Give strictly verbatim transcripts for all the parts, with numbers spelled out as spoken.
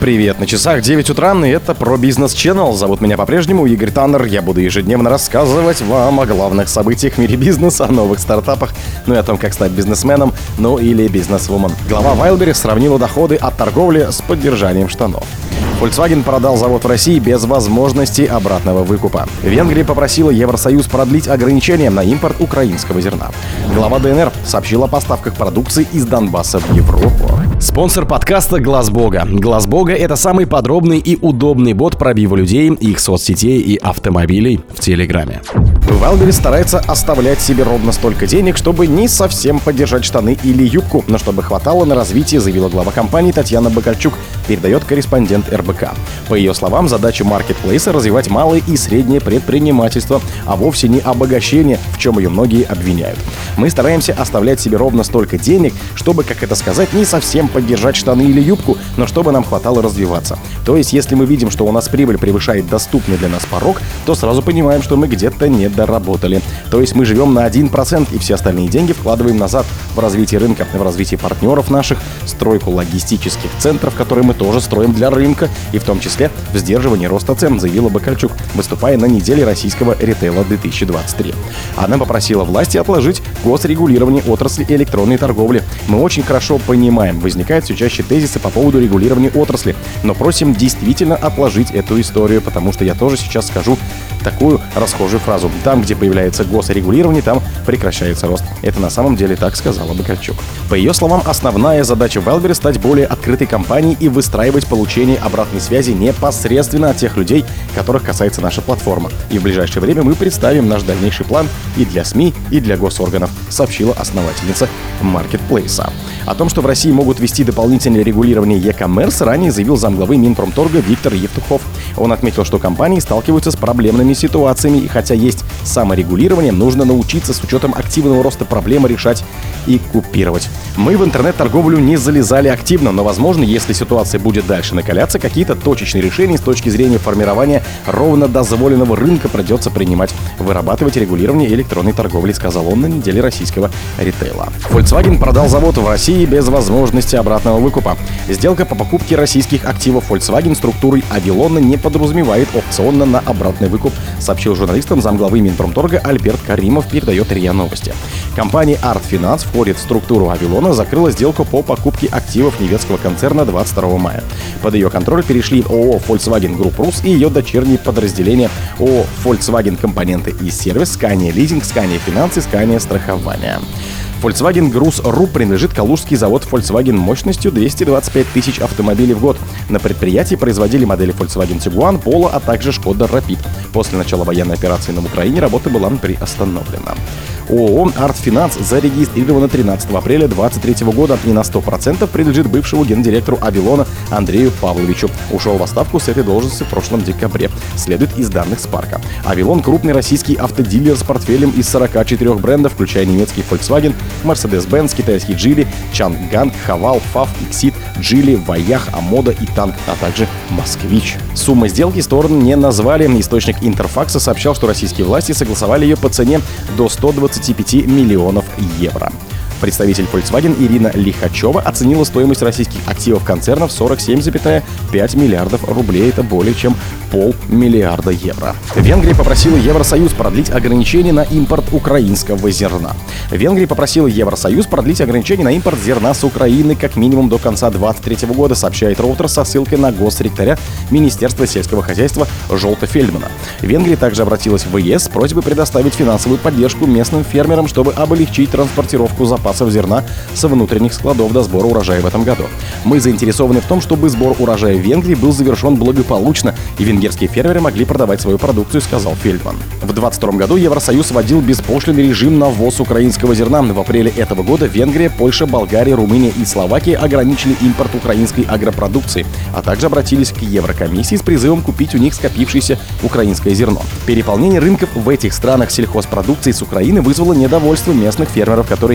привет! На часах девять утра, и это про Business Channel. Зовут меня по-прежнему Игорь Таннер. Я буду ежедневно рассказывать вам о главных событиях в мире бизнеса, о новых стартапах, ну и о том, как стать бизнесменом, ну или бизнесвумен. Глава Wildberries сравнила доходы от торговли с поддержанием штанов. Volkswagen продал завод в России без возможности обратного выкупа. Венгрия попросила Евросоюз продлить ограничения на импорт украинского зерна. Глава ДНР сообщил о поставках продукции из Донбасса в Европу. Спонсор подкаста Глаз Бога. Глаз Бога — это самый подробный и удобный бот пробива людей, их соцсетей и автомобилей в Телеграме. Wildberries старается оставлять себе ровно столько денег, чтобы не совсем поддержать штаны или юбку, но чтобы хватало на развитие, заявила глава компании Татьяна Бакальчук, передает корреспондент эр бэ ка. По ее словам, задача маркетплейса — развивать малое и среднее предпринимательство, а вовсе не обогащение, в чем ее многие обвиняют. Мы стараемся оставлять себе ровно столько денег, чтобы, как это сказать, не совсем поддержать штаны или юбку, но чтобы нам хватало развиваться. То есть, если мы видим, что у нас прибыль превышает доступный для нас порог, то сразу понимаем, что мы где-то не доработали. То есть мы живем на один процент, и все остальные деньги вкладываем назад в развитие рынка, в развитие партнеров наших, стройку логистических центров, которые мы тоже строим для рынка, и в том числе в сдерживании роста цен, заявила Бакальчук, выступая на неделе российского ритейла две тысячи двадцать три. Она попросила власти отложить госрегулирование отрасли электронной торговли. Мы очень хорошо понимаем, возникают все чаще тезисы по поводу регулирования отрасли, но просим действительно отложить эту историю, потому что я тоже сейчас скажу такую расхожую фразу: там, где появляется госрегулирование, там прекращается рост. Это на самом деле так сказала Бакальчук. По ее словам, основная задача Wildberries — стать более открытой компанией и выстраивать получение обратной связи непосредственно от тех людей, которых касается наша платформа. И в ближайшее время мы представим наш дальнейший план и для СМИ, и для госорганов, сообщила основательница маркетплейса. О том, что в России могут ввести дополнительное регулирование e-commerce, ранее заявил замглавы Минпромторга Виктор Евтухов. Он отметил, что компании сталкиваются с проблемными ситуациями, и хотя есть саморегулирование, нужно научиться с учетом активного роста проблемы решать и купировать. Мы в интернет-торговлю не залезали активно, но, возможно, если ситуация будет дальше накаляться, какие-то точечные решения с точки зрения формирования ровно дозволенного рынка придется принимать. Вырабатывать регулирование электронной торговли, сказал он на неделе российского ритейла. Volkswagen продал завод в России без возможности обратного выкупа. Сделка по покупке российских активов Volkswagen структурой Авилона не подразумевает опциона на обратный выкуп, сообщил журналистам замглавы Минпромторга Альберт Каримов, передает РИА Новости. Компания Арт Финанс входит в структуру Авилона, закрыла сделку по покупке активов немецкого концерна двадцать второго мая. Под ее контроль перешли ООО Volkswagen Group Rus и ее дочерние подразделения ООО Volkswagen Компоненты и Сервис, Scania Лизинг, Scania Финанс и Scania Страхование. Volkswagen Груз РУ принадлежит калужский завод Volkswagen мощностью двести двадцать пять тысяч автомобилей в год. На предприятии производили модели Volkswagen Tiguan, Polo, а также Skoda Rapid. После начала военной операции на Украине работа была приостановлена. ООО «Арт Финанс» зарегистрировано тринадцатого апреля две тысячи двадцать третьего года и на сто процентов принадлежит бывшему гендиректору Авилона Андрею Павловичу. Ушел в отставку с этой должности в прошлом декабре, следует из данных Спарка. Авилон — крупный российский автодилер с портфелем из сорока четырёх брендов, включая немецкий Volkswagen, Mercedes-Benz, китайский Geely, Changan, Haval, фав, Exit, Geely, Voyage, Амода и Танк, а также Москвич. Сумма сделки стороны не назвали. Источник Интерфакса сообщал, что российские власти согласовали ее по цене до ста двадцати пяти миллионов евро. Представитель Volkswagen Ирина Лихачева оценила стоимость российских активов концерна в сорок семь целых пять миллиардов рублей. Это более чем полмиллиарда евро. Венгрия попросила Евросоюз продлить ограничения на импорт украинского зерна. Венгрия попросила Евросоюз продлить ограничения на импорт зерна с Украины как минимум до конца две тысячи двадцать третьего года, сообщает Reuters со ссылкой на госсекретаря Министерства сельского хозяйства Жолта Фельдмана. Венгрия также обратилась в ЕС с просьбой предоставить финансовую поддержку местным фермерам, чтобы облегчить транспортировку запасов зерна со внутренних складов до сбора урожая в этом году. Мы заинтересованы в том, чтобы сбор урожая в Венгрии был завершен благополучно, и венгерские фермеры могли продавать свою продукцию, сказал Фельдман. В две тысячи двадцать втором году Евросоюз вводил беспошлинный режим на ввоз украинского зерна. В апреле этого года Венгрия, Польша, Болгария, Румыния и Словакия ограничили импорт украинской агропродукции, а также обратились к Еврокомиссии с призывом купить у них скопившееся украинское зерно. Переполнение рынков в этих странах сельхозпродукции с Украины вызвало недовольство местных фермеров, которые не могли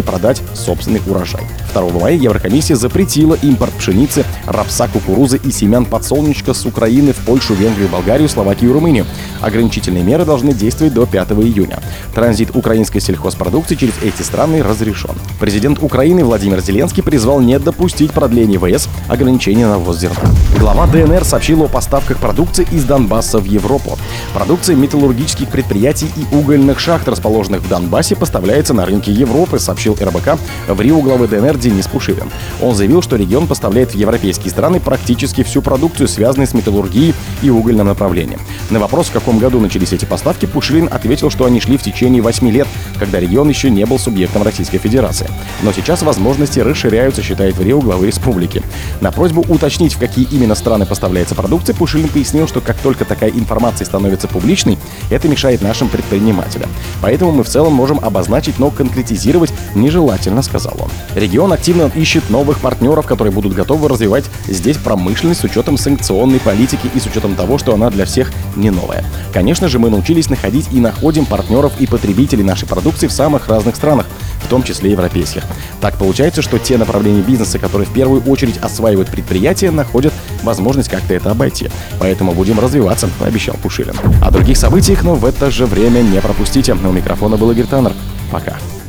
и продать собственный урожай. второго мая Еврокомиссия запретила импорт пшеницы, рапса, кукурузы и семян подсолнечника с Украины в Польшу, Венгрию, Болгарию, Словакию и Румынию. Ограничительные меры должны действовать до пятого июня. Транзит украинской сельхозпродукции через эти страны разрешен. Президент Украины Владимир Зеленский призвал не допустить продления ВС ограничений на ввоз зерна. Глава ДНР сообщил о поставках продукции из Донбасса в Европу. Продукция металлургических предприятий и угольных шахт, расположенных в Донбассе, поставляется на рынки Европы, сообщил эр бэ ка в Рио главы ДНР Денис Пушилин. Он заявил, что регион поставляет в европейские страны практически всю продукцию, связанную с металлургией и угольным направлением. На вопрос, в каком году начались эти поставки, Пушилин ответил, что они шли в течение восьми лет, когда регион еще не был субъектом Российской Федерации. Но сейчас возможности расширяются, считает в Рио главы республики. На просьбу уточнить, в какие именно страны поставляется продукция, Пушилин пояснил, что как только такая информация становится публичной, это мешает нашим предпринимателям. Поэтому мы в целом можем обозначить, но конкретизировать нежелательно, сказал он. Регион активно ищет новых партнеров, которые будут готовы развивать здесь промышленность с учетом санкционной политики и с учетом того, что она для всех не новая. Конечно же, мы научились находить и находим партнеров и потребителей нашей продукции в самых разных странах, в том числе европейских. Так получается, что те направления бизнеса, которые в первую очередь осваивают предприятия, находят возможность как-то это обойти. Поэтому будем развиваться, пообещал Пушилин. О других событиях, но в это же время не пропустите. У микрофона был Игорь Таннер. Пока.